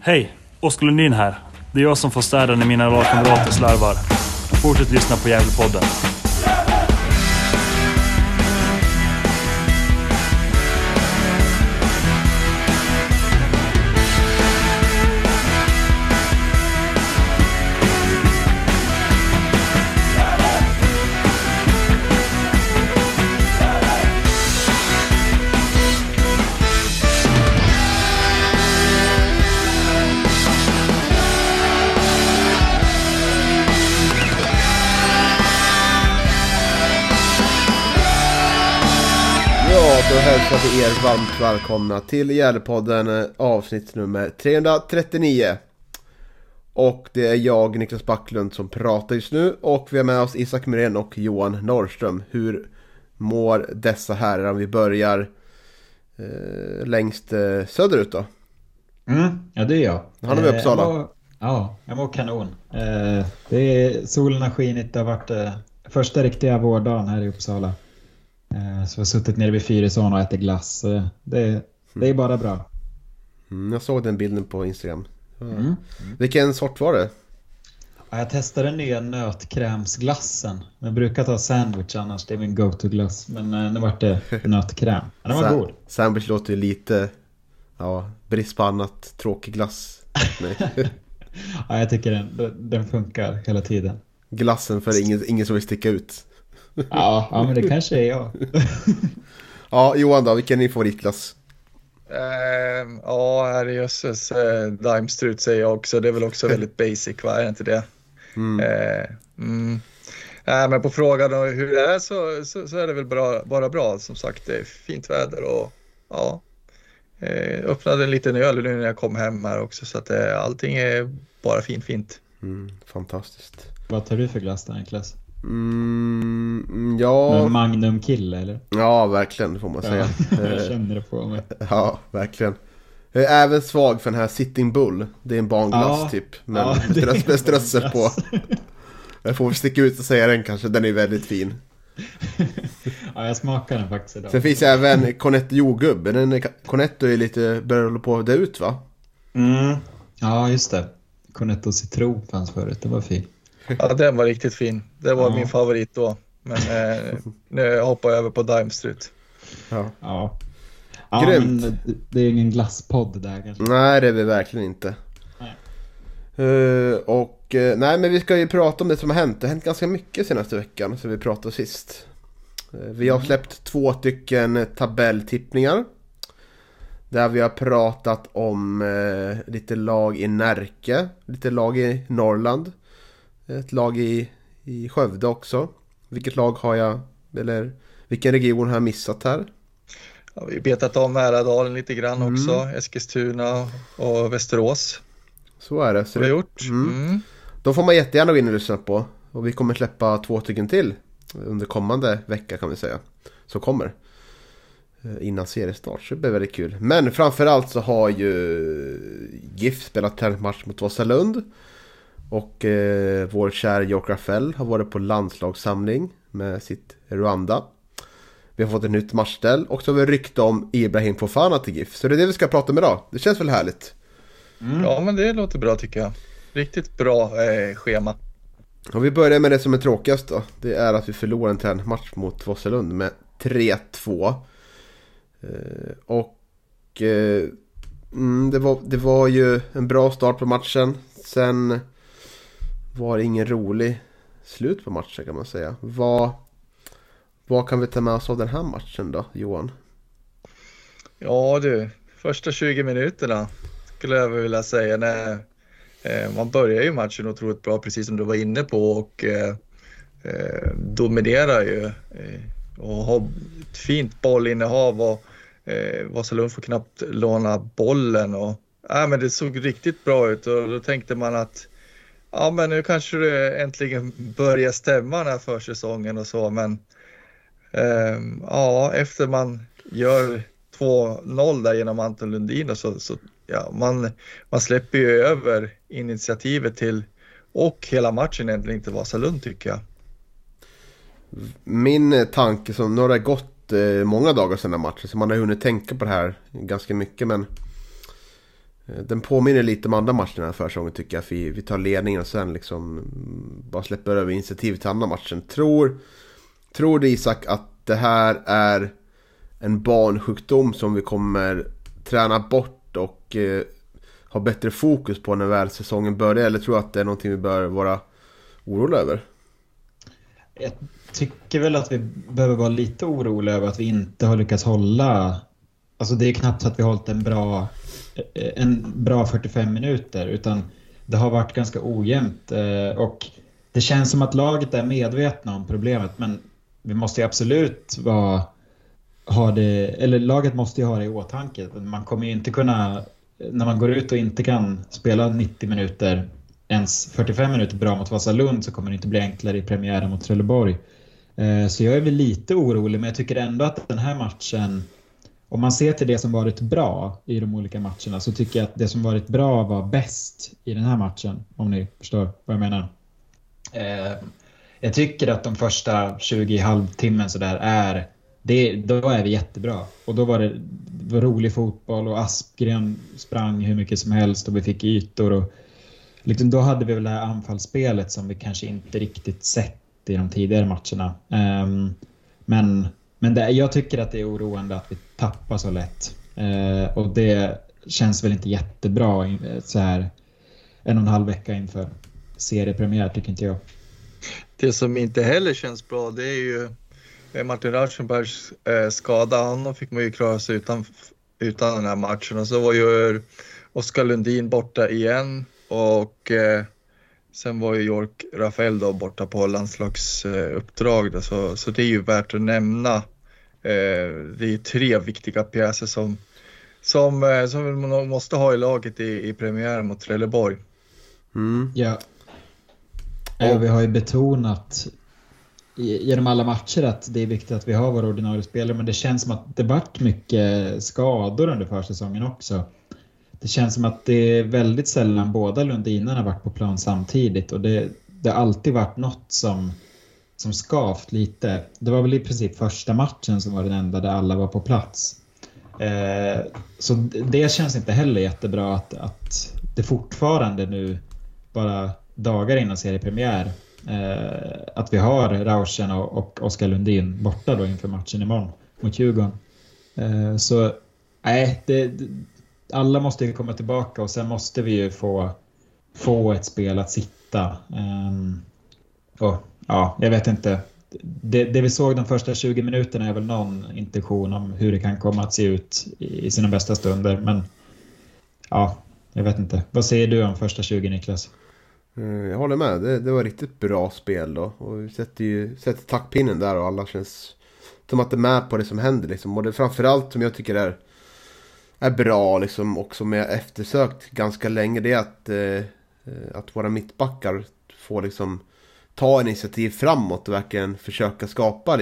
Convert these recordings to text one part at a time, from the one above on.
Hej, Oskar Lundin här. Det är jag som får städa när mina lagkamrater slarvar. Fortsätt lyssna på Gävlepodden. Då hälsar vi er varmt välkomna till Gävlepodden avsnitt nummer 339. Och det är jag, Niklas Backlund, som pratar just nu. Och vi har med oss Isak Myrén och Johan Norrström. Hur mår dessa herrar om vi börjar längst söderut då? Ja, det är jag. Han är vi Uppsala. Jag mår kanon. Det är, solen har skinit. Det har varit första riktiga vårdagen här i Uppsala. Så jag har suttit nere vid Fyrisån och ätit glass. Det är bara bra. Jag såg den bilden på Instagram. Vilken sort var det? Ja, jag testade den nya nötkrämsglassen. Jag brukar ta sandwich annars, det är min go-to-glass. Men nu var det nötkräm. Ja, den var god. Sandwich låter ju lite brist på annat, tråkig glass. Ja, jag tycker den funkar hela tiden. Glassen för ingen som vill sticka ut. Ja, men det kanske är jag. Ja, Johan då, vilken är din favoritglass? Herrejösses, Daimstrut säger jag också. Det är väl också väldigt basic, va? Är det inte det? Men på frågan om hur det är så är det väl bara bra. Som sagt, det är fint väder och öppnade en liten öl nu när jag kom hem här också. Så att allting är bara fint. Fantastiskt. Vad tar du för glass då, Niklas? Magnum kille, eller? Ja, verkligen, får man säga. Jag känner det på mig. Ja, verkligen. Jag är även svag för den här Sitting Bull. Det är en barnglass typ. Men med strössel på. Jag får sticka ut och säga den kanske. Den är väldigt fin. Ja, jag smakar den faktiskt idag. Sen finns även Cornetto jordgubbe. Cornetto är lite, börjar hålla på att dö ut, va? Ja, just det. Cornetto citron fanns förut, det var fint. Ja, den var riktigt fin. Det var min favorit då. Men nu hoppar jag över på Daimstrut. Ja. Grymt. Men det är ingen glasspodd där kanske. Nej, det är vi verkligen inte. Nej, men vi ska ju prata om det som har hänt. Det har hänt ganska mycket senaste veckan så vi pratade sist. Vi har släppt 2 tabelltippningar. Där vi har pratat om lite lag i Närke, lite lag i Norrland, ett lag i Skövde också. Vilket lag har jag, eller vilken region har jag missat här? Ja, vi har betat om Mälardalen lite grann också, Eskilstuna och Västerås. Så är det. Så det har gjort. Då får man jättegärna gå in och lyssna på. Och vi kommer släppa 2 till under kommande vecka, kan vi säga. Så kommer innan seriestart, så det blir väldigt kul. Men framförallt så har ju GIF spelat match mot Vasalund. Och vår kära Jock Rafael har varit på landslagssamling med sitt Rwanda. Vi har fått ett nytt matchställ. Och så har vi rykte om Ibrahim Fofana till GIF. Så det är det vi ska prata med idag. Det känns väl härligt? Ja, men det låter bra tycker jag. Riktigt bra schema. Och vi börjar med det som är tråkigast då. Det är att vi förlorar en match mot Vasalund med 3-2. Det var ju en bra start på matchen. Sen var det ingen rolig slut på matchen, kan man säga. Vad kan vi ta med oss av den här matchen då, Johan? Ja du, första 20 minuterna skulle jag vilja säga. När man börjar ju matchen otroligt bra, precis som du var inne på, och dominerar ju och har ett fint bollinnehav och Vasalund får knappt låna bollen men det såg riktigt bra ut och då tänkte man att men nu kanske det äntligen börjar stämma den här försäsongen och så, men efter man gör 2-0 där genom Anton Lundin och så man släpper ju över initiativet till och hela matchen egentligen till Vasalund, tycker jag. Min tanke, som nu har det gått många dagar sedan matchen, så man har hunnit tänka på det här ganska mycket, men Den påminner lite om andra matcherna här försäsongen tycker jag. Att vi tar ledningen och sen liksom bara släpper över initiativet till andra matchen. Tror du Isak att det här är en barnsjukdom som vi kommer träna bort och ha bättre fokus på när väl säsongen börjar? Eller tror du att det är någonting vi bör vara oroliga över? Jag tycker väl att vi behöver vara lite oroliga över att vi inte har lyckats hålla. Alltså det är knappt så att vi har hållit en bra 45 minuter, utan det har varit ganska ojämnt. Och det känns som att laget är medvetna om problemet, men vi måste ju absolut laget måste ju ha det i åtanke. Man kommer ju inte kunna, när man går ut och inte kan spela 90 minuter, ens 45 minuter bra mot Vasalund, så kommer det inte bli enklare i premiären mot Trelleborg. Så jag är väl lite orolig, men jag tycker ändå att den här matchen, om man ser till det som varit bra i de olika matcherna, så tycker jag att det som varit bra var bäst i den här matchen, om ni förstår vad jag menar. Jag tycker att de första 20 halvtimmen så där då är vi jättebra. Och då var det rolig fotboll och Aspgren sprang hur mycket som helst och vi fick ytor. Och liksom, då hade vi väl det här anfallsspelet som vi kanske inte riktigt sett i de tidigare matcherna. Men jag tycker att det är oroande att vi tappar så lätt. Och det känns väl inte jättebra så här 1,5 vecka inför seriepremiär, tycker inte jag. Det som inte heller känns bra, det är ju Martin Rauschenbergs skada. Han fick man ju klara sig utan den här matchen. Och så var ju Oskar Lundin borta igen. Och sen var ju York Rafael då borta på landslagsuppdrag. Så det är ju värt att nämna. Det är 3 viktiga pjäser som man måste ha i laget i premiären mot Trelleborg. Ja. Vi har ju betonat genom alla matcher att det är viktigt att vi har våra ordinarie spelare, men det känns som att det varit mycket skador under försäsongen också. Det känns som att det är väldigt sällan båda Lundinarna har varit på plan samtidigt, och det har alltid varit något som skavt lite. Det var väl i princip första matchen som var den enda där alla var på plats. Så det känns inte heller jättebra att det fortfarande nu, bara dagar innan seriepremiär, att vi har Rauschen och Oskar Lundin borta då inför matchen imorgon mot Djurgården. Så nej, alla måste ju komma tillbaka, och sen måste vi ju få ett spel att sitta. Och ja, jag vet inte. Det vi såg de första 20 minuterna är väl någon intention om hur det kan komma att se ut i sina bästa stunder. Men ja, jag vet inte. Vad säger du om första 20, Niklas? Jag håller med. Det var riktigt bra spel då. Och vi sätter taktpinnen där och alla känns som att det är med på det som händer liksom. Och det framförallt som jag tycker är bra liksom, och som jag eftersökt ganska länge, det är att våra mittbackar får liksom ta initiativ framåt och verkligen försöka skapa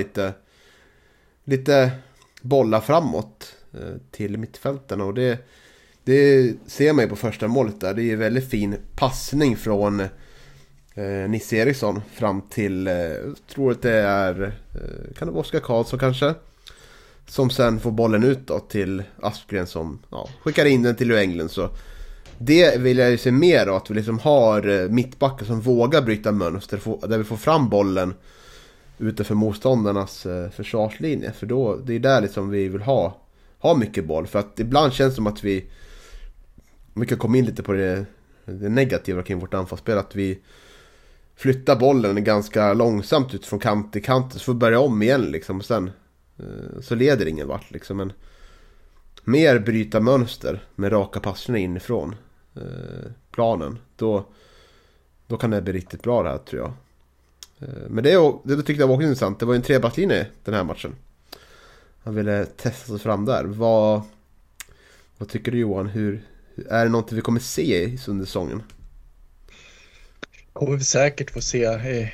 lite bollar framåt till mittfälten. Och det ser man ju på första målet där. Det är väldigt fin passning från Nisse Eriksson fram till, tror att det är, kan det vara Oskar Karlsson kanske, som sen får bollen ut då till Aspgren som skickar in den till England. Så det vill jag ju se mer av, att vi liksom har mittbackar som vågar bryta mönster, där vi får fram bollen utanför motståndarnas försvarslinje. För då, det är där liksom vi vill ha mycket boll. För att ibland känns det som att vi kan komma in lite på det negativa kring vårt anfallsspel, att vi flyttar bollen ganska långsamt ut från kant till kant, så får vi börja om igen liksom, och sen så leder ingen vart liksom. Men mer bryta mönster med raka passningar inifrån planen, då kan det bli riktigt bra det här, tror jag. Men det tyckte jag var också intressant. Det var ju en trebackslinje den här matchen. Han ville testa sig fram där. Vad tycker du, Johan? Är det något vi kommer se under säsongen? Kommer vi säkert få se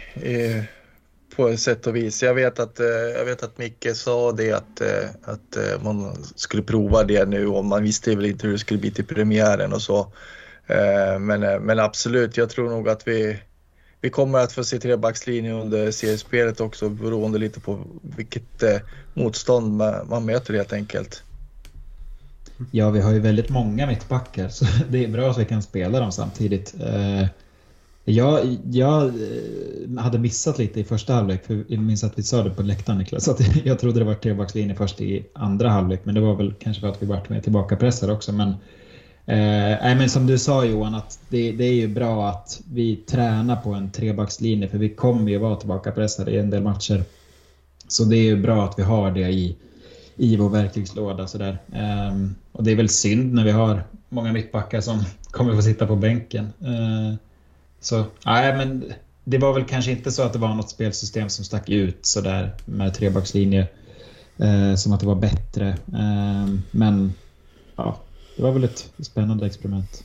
på ett sätt och vis. Jag vet att Micke sa det att man skulle prova det nu, och man visste väl inte hur det skulle bli till premiären och så. Men absolut, jag tror nog att vi kommer att få se trebackslinjen under seriespelet också, beroende lite på vilket motstånd man möter helt enkelt. Ja, vi har ju väldigt många mittbackar så det är bra att vi kan spela dem samtidigt. Jag hade missat lite i första halvlek, för jag minns att vi sa det på läktaren, Niklas, så att jag trodde det var trebackslinje först i andra halvlek, men det var väl kanske för att vi varit med tillbakapressade också. Men som du sa, Johan, att det är ju bra att vi tränar på en trebackslinje, för vi kommer ju vara tillbakapressade i en del matcher. Så det är ju bra att vi har det i vår verktygslåda sådär. Och det är väl synd när vi har många mittbackar som kommer få sitta på bänken. Så nej, men det var väl kanske inte så att det var något spelsystem som stack ut sådär med trebackslinje, som att det var bättre. Men ja, det var väl ett spännande experiment.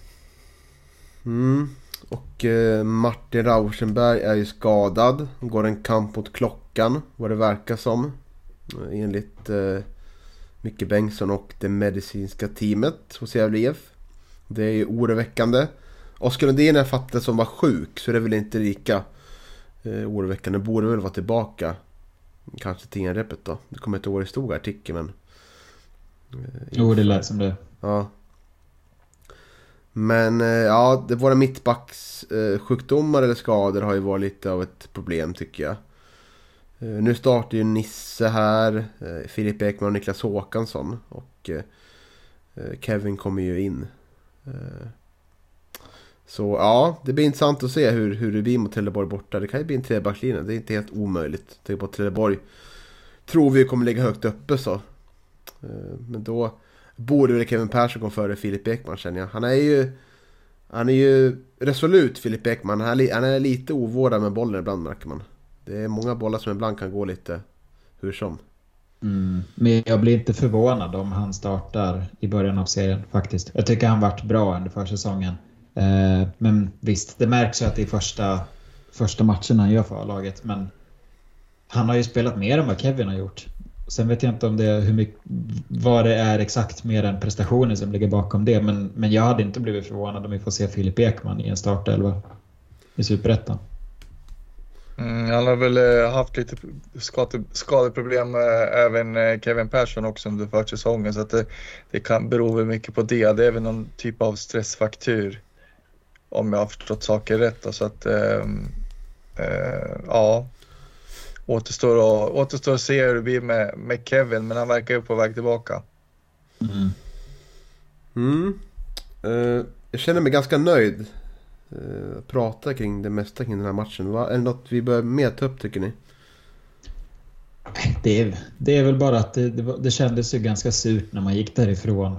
Och Martin Rauschenberg är ju skadad. Går en kamp mot klockan, vad det verkar som, enligt Micke Bengtsson och det medicinska teamet hos Gävle IF. Det är ju oroväckande. Oskar Lundin är fattat som var sjuk, så det är väl inte lika oroväckande. Borde väl vara tillbaka kanske till repet då. Det kommer ett år i stor artikel, men Jo, det lät som det. Ja. Men ja, det våra mittbacks sjukdomar eller skador har ju varit lite av ett problem, tycker jag. Nu startar ju Nisse här, Filip Ekman och Niklas Håkansson, och Kevin kommer ju in. Så ja, det blir intressant att se hur det blir mot Trelleborg borta. Det kan ju bli en trebackslinje, det är inte helt omöjligt. Tänk på Trelleborg, tror vi kommer ligga högt uppe så. Men då borde väl Kevin Persson gå före Filip Ekman, känner jag. Han är ju resolut, Filip Ekman. Han är lite ovårdad med bollen ibland, märker man. Det är många bollar som ibland kan gå lite hur som. Men jag blir inte förvånad om han startar i början av serien faktiskt. Jag tycker han varit bra under försäsongen. Men visst, det märks ju att det är första matchen han gör för laget. Men han har ju spelat mer än vad Kevin har gjort. Sen vet jag inte om det vad det är exakt mer än prestationer som ligger bakom det. Men jag hade inte blivit förvånad om vi får se Filip Ekman i en startelva i Superettan. Han har väl haft lite skadeproblem, även Kevin Persson också under försäsongen, så att det kan bero väl mycket på det. Det är väl någon typ av stressfaktor, om jag har förstått saker rätt då, så att ja, återstår att se hur det blir med Kevin, men han verkar ju på väg tillbaka. Jag känner mig ganska nöjd. Prata kring det mesta kring den här matchen. Är det något vi bör med ta upp, tycker ni? Det är väl bara att det kändes ju ganska surt när man gick därifrån.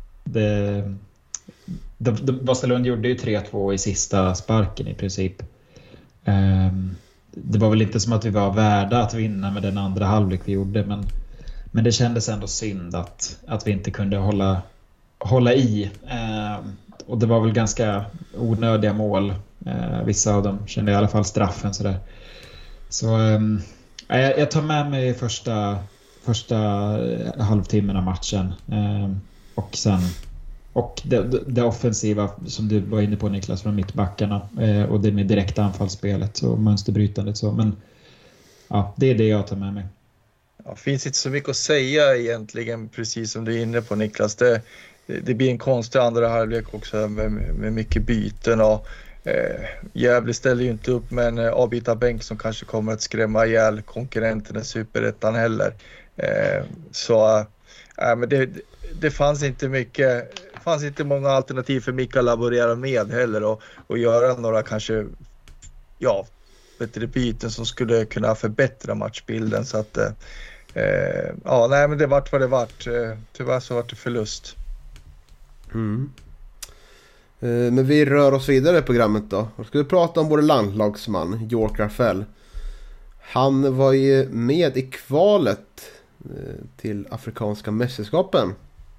Vasalund gjorde ju 3-2 i sista sparken i princip. Det var väl inte som att vi var värda att vinna med den andra halvlek vi gjorde, men det kändes ändå synd att vi inte kunde hålla i. Och det var väl ganska onödiga mål. Vissa av dem kände i alla fall straffen sådär. Så jag tar med mig första halvtimmen av matchen. Och det offensiva som du var inne på, Niklas, från mittbackarna. Och det med direkta anfallsspelet och mönsterbrytandet. Så. Men ja, det är det jag tar med mig. Ja, finns inte så mycket att säga egentligen, precis som du är inne på, Niklas. Det blir en konstig andra halvlek också med mycket byten, och Gävle ställer ju inte upp med en avbytarbänk som kanske kommer att skrämma ihjäl konkurrenterna i Superettan heller. Men det fanns inte många alternativ för Micke att laborera med heller, och göra några kanske bättre byten som skulle kunna förbättra matchbilden, så att men det vart vad det vart. Tyvärr så vart det förlust. Men vi rör oss vidare i programmet då. Och ska vi prata om vår landslagsman York Rafael. Han var ju med i kvalet till Afrikanska mästerskapen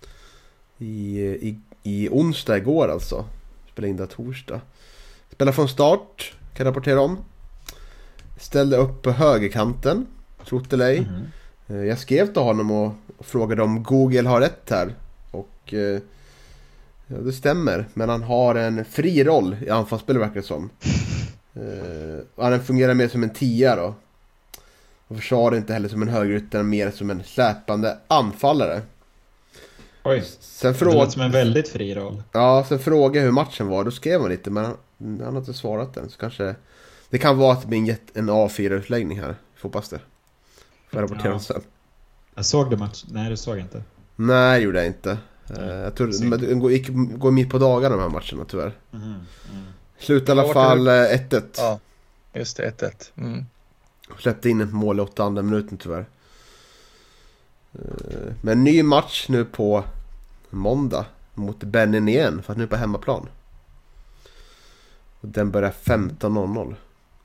i onsdag igår, alltså. Spelade in det torsdag. Spelade från start, kan jag rapportera om. Ställde upp på högerkanten, trott eller ej. Jag skrev till honom och frågade om Google har rätt här. Och ja, det stämmer, men han har en fri roll i anfallsspel, verkar det som. Han fungerar mer som en 10 då. Och försvarar inte heller som en högerytter, mer som en släpande anfallare. Oj, Sen det låter som en väldigt fri roll. Ja, sen frågade jag hur matchen var. Då skrev man lite, men han har inte svarat än. Så kanske det kan vara att det blir en A4-utläggning här. Får hoppas det. Får jag rapportera sen. Jag såg det match. Nej, du såg inte. Nej, det gjorde jag inte. Jag tror det går mitt på dagarna de här matcherna tyvärr. Slut i alla fall 1-1. Ja, just det, 1-1. Släppte in ett mål i 8:e minuten tyvärr. Men ny match nu på måndag mot Benin igen, för att nu är på hemmaplan. Och den börjar 15:00.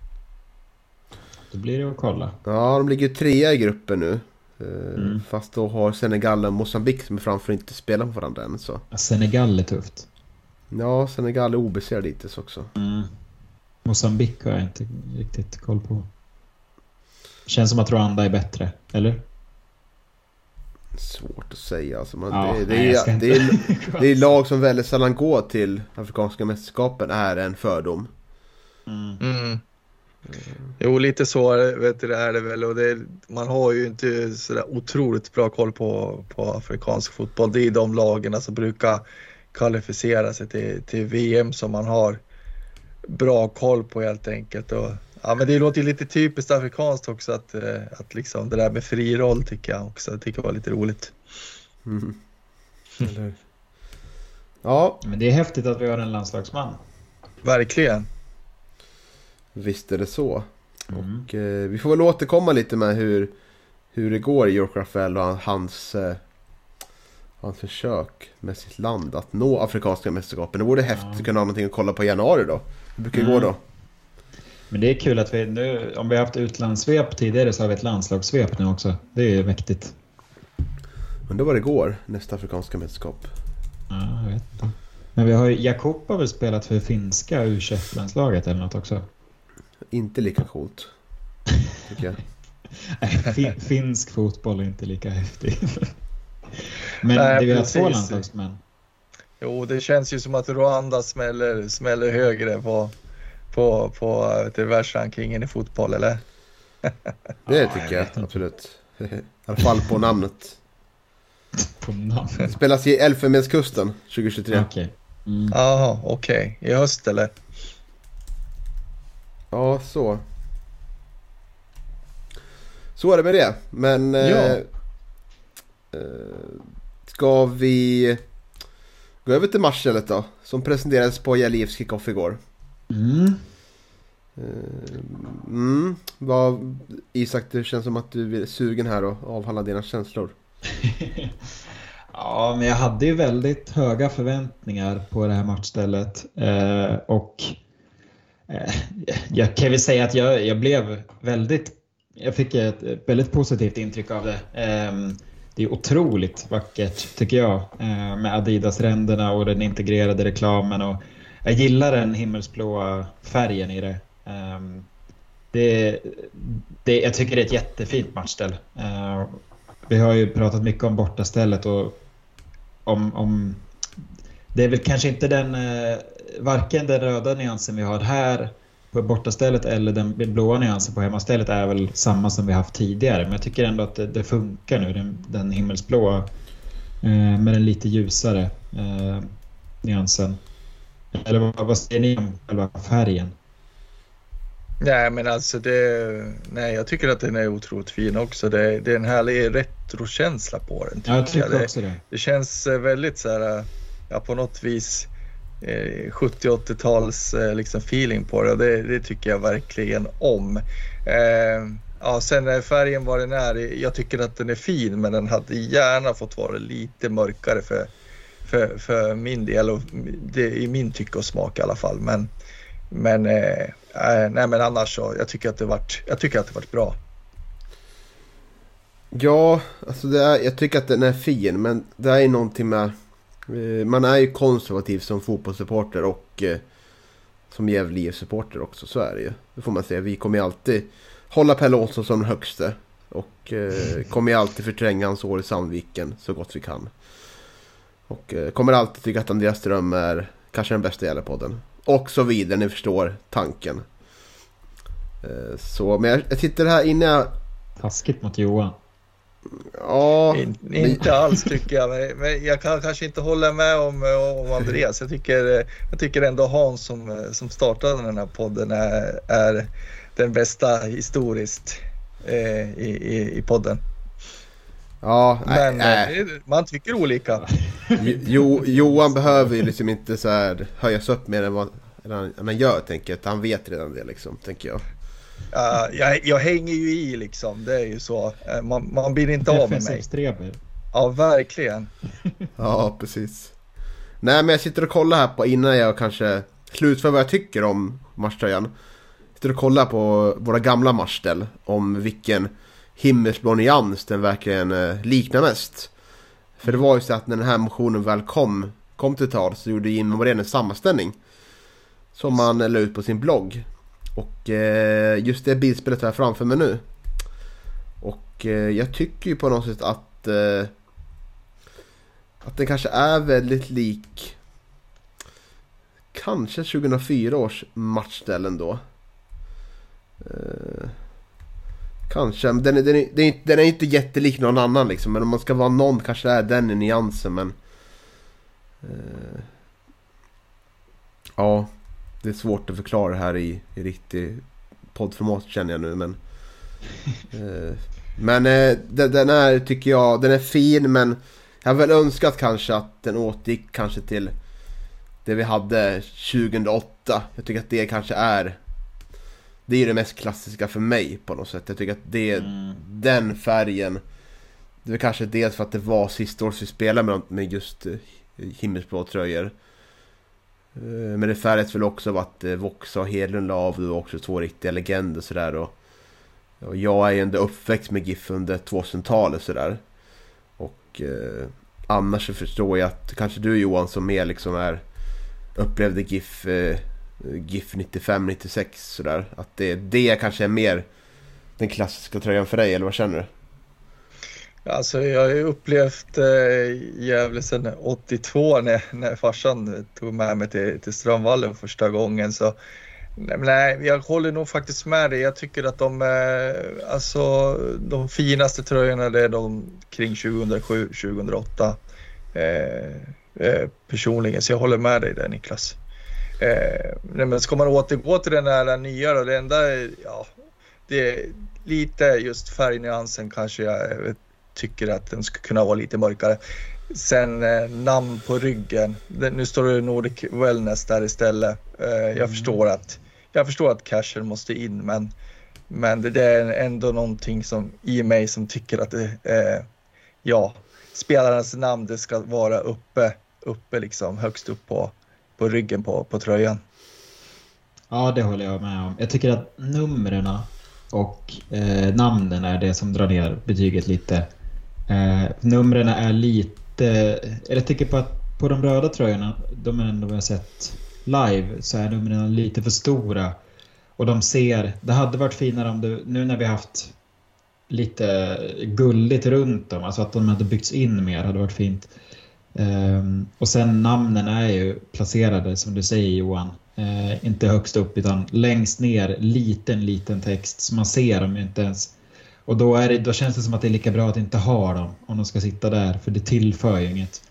Då blir det att kolla. Ja, de ligger 3 i gruppen nu. Fast då har Senegal och Mozambique som är framför inte spelat på varandra än. Så. Ja, Senegal är tufft. Ja, Senegal är obesegrad hittills också. Mozambique har jag inte riktigt koll på. Känns som att Rwanda är bättre, eller? Svårt att säga alltså, men Ja, det är lag som väldigt sällan går till afrikanska mästerskapen är en fördom. Jo, lite så vet du, det är det väl, och man har ju inte så där otroligt bra koll på afrikansk fotboll. Det är de lagen som brukar kvalificera sig till VM som man har bra koll på helt enkelt. Och ja, men det låter ju lite typiskt afrikanskt också att liksom det där med fri roll tycker jag också. Jag tycker det var lite roligt. Eller... Ja. Men det är häftigt att vi har en landslagsman. Verkligen. Visst är det så. Och vi får väl återkomma lite med hur det går i York Rafael och hans försök med sitt land att nå afrikanska mästerskapen. Det vore häftigt att kunna ha någonting att kolla på i januari då. Hur brukar det gå då? Men det är kul att vi nu, om vi har haft utlandssvep tidigare så har vi ett landslagssvep nu också. Det är ju mäktigt. Men då var det går nästa afrikanska mästerskap. Ja, jag vet inte. Men vi har ju, Jakob har väl spelat för finska U21-landslaget eller något också. Inte lika coolt, tycker jag. Finsk fotboll är inte lika häftig. Men nej, det är precis. 2 landslagsmän. Jo, det känns ju som att Rwanda smäller högre på världsrankingen i fotboll, eller? Det tycker jag absolut. I alla fall på namnet. På namnet. Det spelas i Elfenbenskusten 2023. Okej. Jaha, okej. I höst eller? Ja, så. Så är det med det. Men ska vi gå över till matchen då, som presenterades på Jalivs kickoff igår. Isak, det känns som att du är sugen här och avhandla dina känslor. Ja, men jag hade ju väldigt höga förväntningar på det här matchstället. Och jag kan väl säga att jag fick ett väldigt positivt intryck av det. Det är otroligt vackert tycker jag, med Adidas-ränderna och den integrerade reklamen, och jag gillar den himmelsblåa färgen i det. Jag tycker det är ett jättefint matchställ. Vi har ju pratat mycket om bortastället och om det är väl kanske inte varken den röda nyansen vi har här på bortastället eller den blåa nyansen på hemmastället är väl samma som vi haft tidigare, men jag tycker ändå att det funkar nu, den himmelsblåa med den lite ljusare nyansen. Eller vad säger ni om själva färgen? Nej, men alltså jag tycker att den är otroligt fin också. Det är en härlig retrokänsla på den. Ja, jag tycker också det. Det känns väldigt så här, på något vis 70-80-tals liksom feeling på det. Det tycker jag verkligen om. Sen är färgen vad den är. Jag tycker att den är fin, men den hade gärna fått vara lite mörkare för min del, och det är i min tycke och smak i alla fall. Men annars så jag tycker att det varit bra. Ja, alltså jag tycker att den är fin, men det är någonting med, man är ju konservativ som fotbollssupporter och som Gävle-supporter också, så är det ju. Det får man säga. Vi kommer ju alltid hålla Pelle Olsson som den högste och kommer ju alltid förtränga hans år i Sandviken så gott vi kan. Och kommer alltid tycka att Andreas Ström är kanske den bästa i hela podden. Och så vidare, ni förstår tanken. Men jag tittar här inne. Taskigt mot Johan. Ja, Inte alls tycker jag. Men jag kan kanske inte hålla med om Andreas. Jag tycker ändå Hans som startade den här podden är den bästa historiskt i podden. Ja, men man tycker olika. Johan behöver ju liksom inte så här höjas upp mer än vad han gör, tänker jag. Han vet redan det liksom, tänker jag. Jag hänger ju i liksom, det är ju så. Man blir inte av med mig. Streber. Ja, verkligen. Ja, precis. Nej, men jag sitter och kollar här på, innan jag kanske slutför vad jag tycker om matchtröjan. Jag sitter och kollar på våra gamla matchställ, om vilken himmelsblå nyans den verkligen liknar mest. För det var ju så att när den här motionen väl kom till tal, så gjorde Jim Morén en sammanställning som man la ut på sin blogg. Och just det bildspelet har jag framför mig nu. Och jag tycker ju på något sätt att den kanske är väldigt lik kanske 2004 års matchställ ändå. Kanske, men den är inte jättelik någon annan liksom. Men om man ska vara någon kanske är den i nyansen. Men ja, det är svårt att förklara det här i riktig poddformat, känner jag nu. Men den är, tycker jag, den är fin. Men jag har väl önskat kanske att den återgick kanske till det vi hade 2008. Jag tycker att det kanske är det mest klassiska för mig på något sätt. Jag tycker att den färgen, det är kanske dels för att det var sista året vi spelade med just himmelsblå tröjor. Men det färgades väl också av att Voxa och Hedlund la av, och också två riktiga legender sådär. Och jag är ändå uppväxt med GIF under 2000-talet sådär. Och annars så förstår jag att kanske du, Johan, som mer liksom upplevde GIF 95-96 sådär, att det kanske är mer den klassiska tröjan för dig, eller vad känner du? Alltså jag har ju upplevt Gävle sedan 82 när farsan tog med mig till Strömvallen första gången, så nej, jag håller nog faktiskt med dig. Jag tycker att de finaste tröjorna, det är de kring 2007-2008 personligen, så jag håller med dig där, Niklas. Men ska man återgå till den här nya då, det enda det är lite just färgnyansen kanske jag tycker att den skulle kunna vara lite mörkare. Sen namn på ryggen, nu står det Nordic Wellness där istället. Jag förstår att cashen måste in, men det är ändå någonting som i mig som tycker att spelarnas namn, det ska vara uppe liksom, högst upp på ryggen på tröjan. Ja, det håller jag med om. Jag tycker att numren och namnen är det som drar ner betyget lite. Numren är lite... Jag tycker på de röda tröjorna, de ändå vi har sett live, så är numren lite för stora. Och det hade varit finare om nu när vi har haft lite gulligt runt dem, alltså att de hade byggts in mer, hade varit fint. Och sen namnen är ju placerade, som du säger, Johan, inte högst upp utan längst ner, liten text, så man ser dem inte ens. Och då känns det som att det är lika bra att inte ha dem om de ska sitta där, för det tillför ju inget.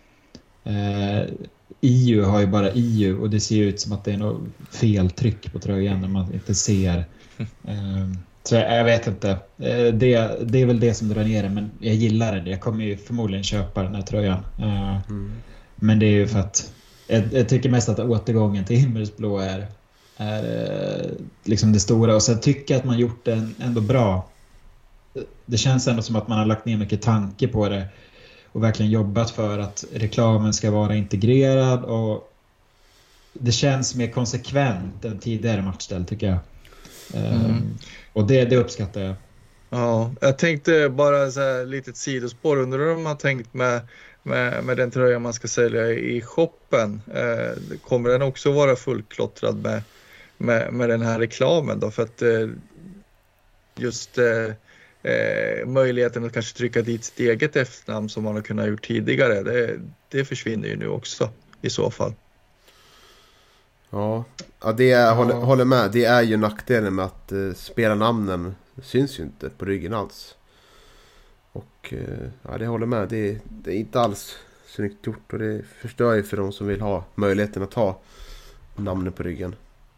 IU har ju bara IU, och det ser ut som att det är något feltryck på tröjan när man inte ser. Så jag vet inte. Det är väl det som drar ner det, men jag gillar den. Jag kommer ju förmodligen köpa den här tröjan. Men det är ju för att jag tycker mest att återgången till himmelsblå är liksom det stora. Och sen tycker jag att man gjort den ändå bra. Det känns ändå som att man har lagt ner mycket tanke på det och verkligen jobbat för att reklamen ska vara integrerad, och det känns mer konsekvent än tidigare matchställ, tycker jag. Och det uppskattar jag. Ja, jag tänkte bara så här litet sidospår, undrar om man har tänkt med den tröjan man ska sälja i shoppen. Kommer den också vara fullklottrad med den här reklamen då? För att just möjligheten att kanske trycka dit sitt eget efternamn som man har kunnat gjort tidigare, det försvinner ju nu också i så fall. Ja, det håller med. Det är ju nackdelen med att spelarnamnen syns ju inte på ryggen alls. Och ja, det håller med. Det är inte alls snyggt gjort. Och det förstör ju för de som vill ha möjligheten att ha namnet på ryggen.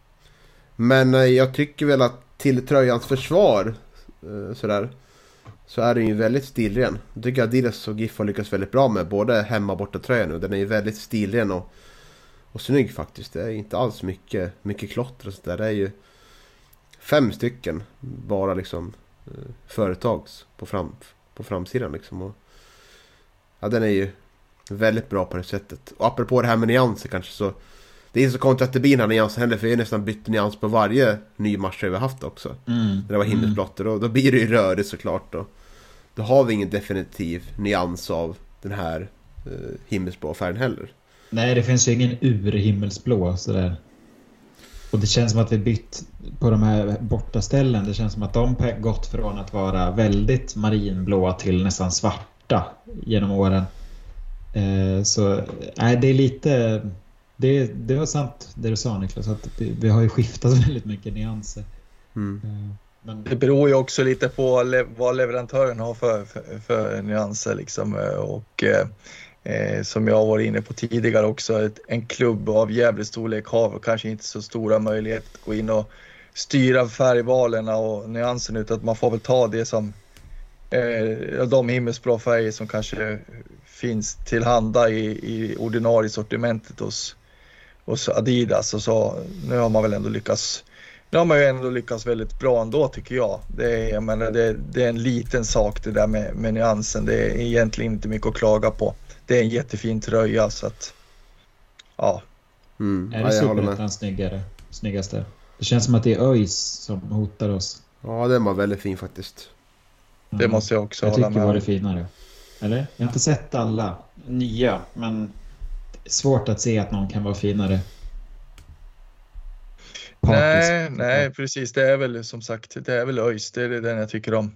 Men jag tycker väl att till tröjans försvar sådär, så är den ju väldigt stilren. Jag tycker att Adidas och GIF har lyckats väldigt bra med både hemma och borta tröjan nu. Den är ju väldigt stilren och snygg faktiskt. Det är inte alls mycket klotter och sådär. Det är ju 5 stycken bara liksom företags på framsidan liksom. Och, ja, den är ju väldigt bra på det sättet. Och apropå det här med nyanser kanske, så det är inte så konstigt att det blir den här nyansen heller, för jag har nästan bytt nyans på varje ny match vi har haft också. När det var himmelsblått, och då blir det ju rörigt såklart. Och då har vi ingen definitiv nyans av den här himmelsblå färgen heller. Nej, det finns ju ingen urhimmelsblå sådär. Och det känns som att vi bytt på de här borta ställen. Det känns som att de gått från att vara väldigt marinblåa till nästan svarta genom åren. Så nej, det är lite... Det var sant det du sa, Niklas, att vi har ju skiftat väldigt mycket nyanser. Men... Det beror ju också lite på vad leverantören har för nyanser liksom. Och som jag var inne på tidigare också, en klubb av jävligt storlek har kanske inte så stora möjligheter att gå in och styra färgvalerna och nyansen, utan att man får väl ta det som de himmelsblå färger som kanske finns tillhanda i ordinarie sortimentet hos Adidas. Och så nu har man väl ändå lyckats. Nu har man ju ändå lyckats väldigt bra ändå, tycker jag. Det är en liten sak det där med nyansen. Det är egentligen inte mycket att klaga på. Det är en jättefin tröja, så att ja. Är det Superettan snyggaste? Det känns som att det är ÖIS som hotar oss. Ja, den var väldigt fin faktiskt. Det måste jag också hålla med. Jag tycker var det finare. Eller? Jag har inte sett alla nya, men svårt att se att någon kan vara finare. Nej, precis. Det är väl som sagt, det är väl ÖIS. Det är den jag tycker om.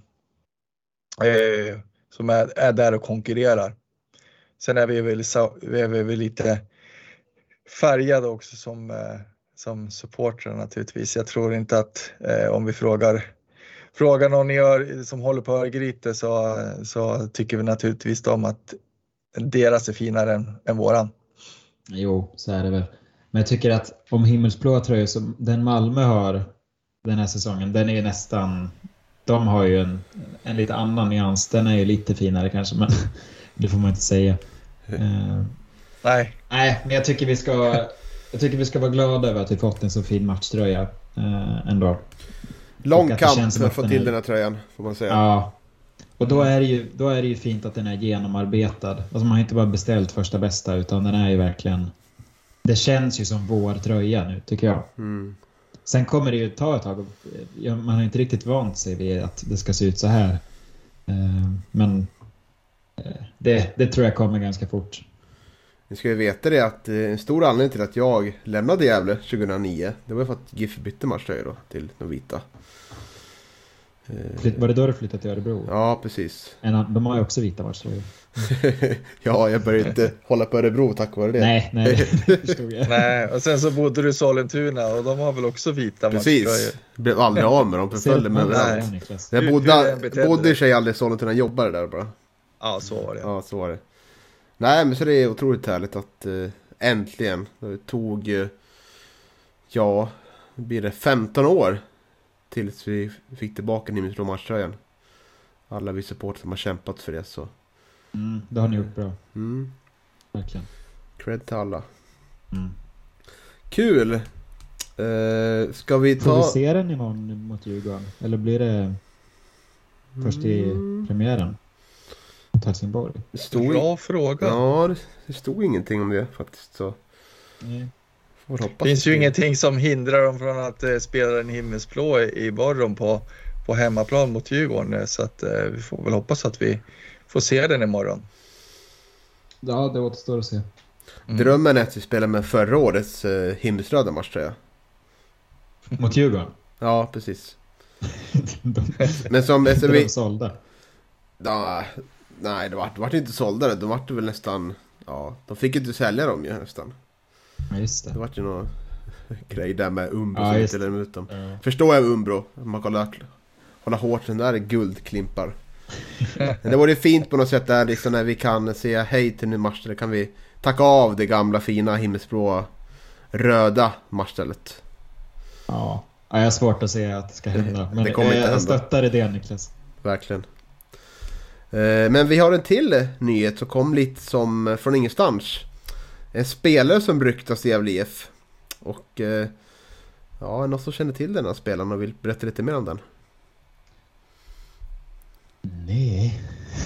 Som är där och konkurrerar. Sen är vi väl lite färgade också som supportrar naturligtvis. Jag tror inte att om vi frågar någon som håller på Örgryte, så tycker vi naturligtvis om att deras är finare än våran. Jo, så är det väl. Men jag tycker att om himmelsblåa tröjor som den Malmö har den här säsongen, den är ju nästan... De har ju en lite annan nyans. Den är ju lite finare kanske, men det får man inte säga. Nej, men jag tycker vi ska vara glada över att vi fått en så fin matchtröja ändå. Lång kamp för att få till den här tröjan, får man säga. Ja. Och då är det ju fint att den är genomarbetad. Alltså man har inte bara beställt första bästa, utan den är ju verkligen... Det känns ju som vår tröja nu, tycker jag. Sen kommer det ju ta ett tag. Man har inte riktigt vant sig vid att det ska se ut så här. Men det tror jag kommer ganska fort. Ni ska ju veta det att en stor anledning till att jag lämnade Gävle 2009, det var för att GIF bytte matchtröjor då till de vita. Var det då du flyttade till Örebro? Ja, precis. De har ju också vita matchtröjor. Ja, jag började inte hålla på Örebro tack vare det. Nej, det förstod jag. Nej, och sen så bodde du i Sollentuna och de har väl också vita matchtröjor. Precis, blev aldrig av med dem, förföljde mig överallt. Jag bodde i sig aldrig i Sollentuna, jobbade där bara. Ja, så var det. Ja, så var det. Nej, men så det är otroligt härligt att äntligen, det tog blir det 15 år tills vi fick tillbaka den himmelsblå matchtröjan. Alla vi supportrar som har kämpat för det, så det har ni gjort bra. Verkligen. Cred till alla. Kul. Ska vi ta... Får vi se den imorgon mot Djurgården? Eller blir det först i premiären? Helsingborg. Bra fråga. Ja, det stod ingenting om det faktiskt, så... Det finns ju ingenting som hindrar dem från att spela en himmelsblå i Borrom på hemmaplan mot Djurgården, så att vi får väl hoppas att vi får se den imorgon. Ja, det återstår att se. Drömmen är att vi spelar med förra årets himmelsröda match, tror jag. Mot Djurgården? Ja, precis. Men som de sålda? Nej, det var inte sålda. De var väl nästan... Ja, de fick inte sälja dem ju nästan. Ja, just det. Det var ju någon grej där med Umbro som inte lämnade ut dem. Förstår jag Umbro. Man kan hålla hårt, den där är guldklimpar. Men det vore fint på något sätt där liksom, när vi kan säga hej till ny match. Där kan vi tacka av det gamla fina himmelsblå röda matchstället. Ja, jag har svårt att se att det ska hända. Men det kommer inte hända. Jag stöttar idén, Niklas. Verkligen. Men vi har en till nyhet som kom lite som från ingenstans. En spelare som ryktas i Gävle IF. Och ja, någon som känner till den här spelaren och vill berätta lite mer om den. Nej,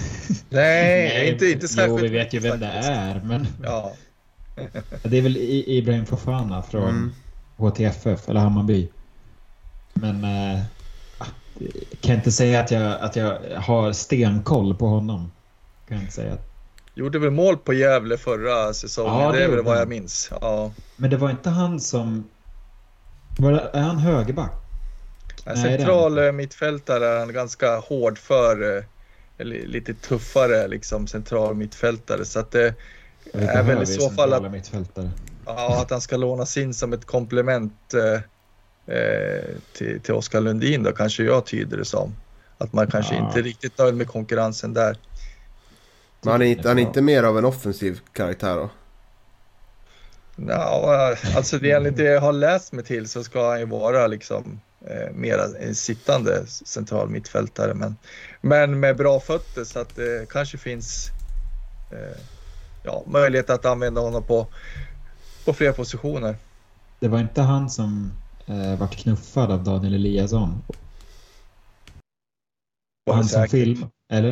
inte särskilt. Jo, vi vet ju vem det är, men Ja. det är väl Ibrahim Fofana från HTFF eller Hammarby. Men kan inte säga att jag har stenkoll på honom. Kan jag inte säga. Gjorde väl mål på Gävle förra säsongen, Ja, det är väl gjorde vad jag han. minns. Ja. Men det var inte han som... Är han högerback? En Nej, central mittfältare är han ganska hård för, eller lite tuffare liksom central mittfältare, så att det är väl i så fall att, mittfältare. ja, att han ska lånas in som ett komplement till Oskar Lundin då, kanske jag tyder det som. Att man kanske inte är riktigt nöjd med konkurrensen där. Men han är inte mer av en offensiv karaktär då? Ja, alltså det enligt det jag har läst mig till så ska han ju vara liksom mera en sittande central mittfältare, men med bra fötter, så att det kanske finns möjlighet att använda honom på fler positioner. Det var inte han som vart knuffad av Daniel Eliasson. Var Han det som säkert? film, eller?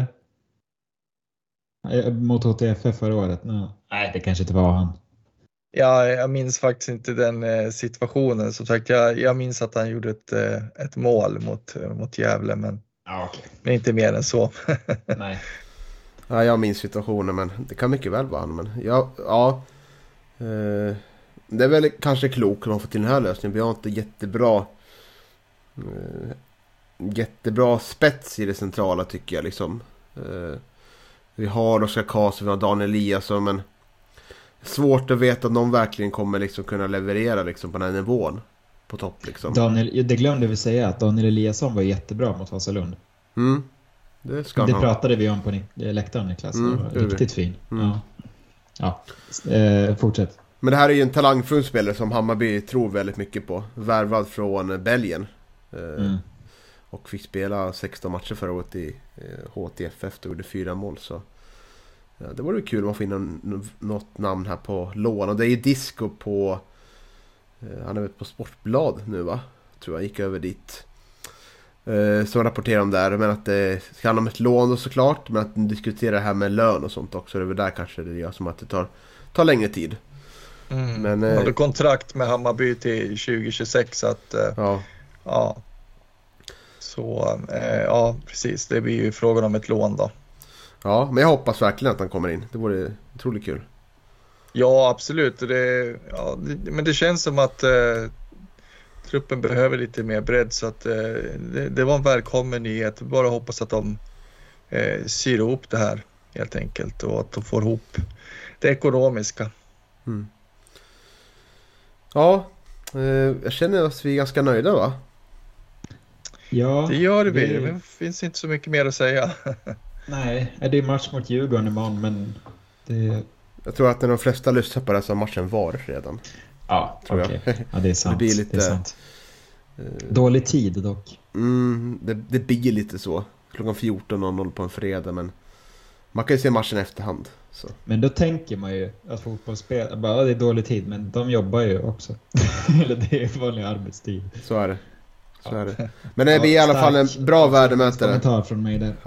Mot HTFF förra året? Nej, det kanske inte var han. Ja, jag minns faktiskt inte den situationen. Som sagt, jag minns att han gjorde ett mål mot Gävle, men det är inte mer än så. Nej. Ja, jag minns situationen, men det kan mycket väl vara han. Men det är väl kanske klokt om man får till den här lösningen. Vi har inte jättebra spets i det centrala, tycker jag liksom. Vi har Oskar Karlsson, vi har Daniel Eliasson, men svårt att veta om de verkligen kommer liksom kunna leverera liksom på den här nivån på topp liksom. Det glömde vi säga, att Daniel Eliasson var jätterbra mot Vasalund. Det pratade vi om på läktaren, Niklas. Riktigt fin. Ja. Fortsätt. Men det här är ju en talangfull spelare som Hammarby tror väldigt mycket på. Värvad från Belgien. Och fick spela 16 matcher förra året i HTFF och gjorde 4 mål. Så ja, det vore kul om man får in något namn här på lån. Och det är ju Disco på... han är väl på Sportblad nu, va? Tror jag gick över dit. Som rapporterar om det här. Men att det ska handla om ett lån och såklart. Men att diskutera det här med lön och sånt också. Det är väl där kanske det gör som att det tar längre tid. Men, han hade kontrakt med Hammarby till 2026, så att ja. Så ja, precis, det blir ju frågan om ett lån då. Ja, men jag hoppas verkligen att han kommer in. Det vore otroligt kul. Ja, absolut. Men det känns som att truppen behöver lite mer bredd, så att det var en välkommen nyhet. Bara hoppas att de syr ihop det här helt enkelt, och att de får ihop det ekonomiska. Ja, jag känner att vi är ganska nöjda, va? Ja, det gör vi. Det finns inte så mycket mer att säga. Nej, det är match mot Djurgården imorgon, men det... Jag tror att när de flesta lyssnar på det så har matchen varit redan. Ja, okej. Ja, det är sant. Det blir lite... Det är sant. Dålig tid dock. Det blir lite så. Klockan 14.00 på en fredag, men man kan ju se matchen i efterhand. Så. Men då tänker man ju att fotbollsspel, bara det är dålig tid, men de jobbar ju också. Eller det är vanlig arbetstid. Så är det. Men det blir i alla fall en bra värdemätare. Kommentar från mig där.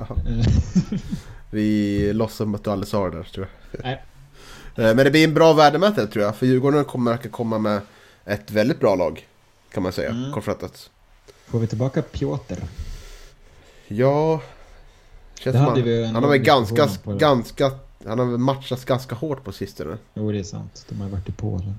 Vi låtsas att du aldrig sa det där, tror jag. Nej. Men det blir en bra värdemätare, tror jag. För Djurgården kommer att komma med ett väldigt bra lag, kan man säga, kortfattat. Får vi tillbaka Piotr? Ja, känns som han har väl han har matchat ganska hårt på sistone. Jo, det är sant. De har varit i Polen.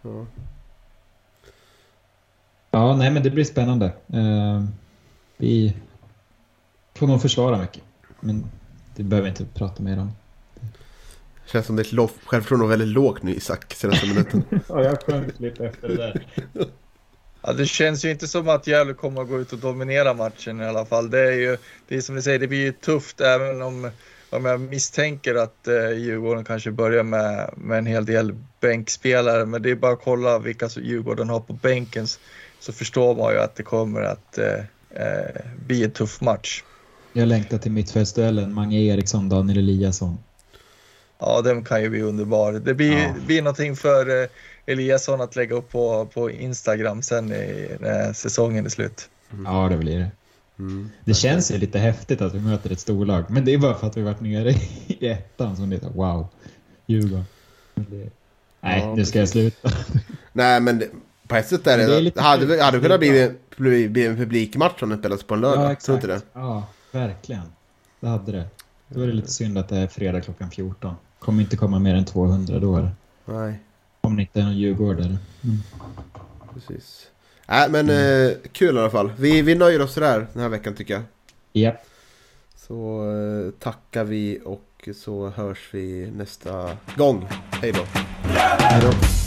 Ja, nej, men det blir spännande. Vi får nog försvara mycket, men det behöver vi inte prata mer om. Känns som det är självförtroende väldigt lågt nu, Isak, senaste minuten. Ja, jag sjönk lite efter det där. Ja, det känns ju inte som att Gävle kommer att gå ut och dominera matchen i alla fall. Det är som ni säger, det blir ju tufft även om jag misstänker att Djurgården kanske börjar med en hel del bänkspelare. Men det är bara att kolla vilka Djurgården har på bänken så förstår man ju att det kommer att bli en tuff match. Jag längtar till mittfältsduellen, Mange Eriksson, Daniel Eliasson. Ja, den kan ju bli underbar. Det blir någonting för Eliasson att lägga upp på Instagram sen när säsongen är slut. Ja, det blir det. Det känns ju lite häftigt att vi möter ett storlag. Men det är bara för att vi varit nere i ettan som det är wow, Djurgården. Nej, nu ska jag sluta. Nej, men på ett sätt är det hade kunnat bli en publikmatch om det spelas på en lördag. Ja, exakt. Tror inte det? Ja, verkligen. Det hade det. Då är det lite synd att det är fredag klockan 14. Kommer inte komma mer än 200 då. Nej. Om det inte är någon Djurgårdare. Precis. Men kul i alla fall. Vi nöjer oss där den här veckan tycker jag. Japp. Så tackar vi och så hörs vi nästa gång. Hej då. Hej då.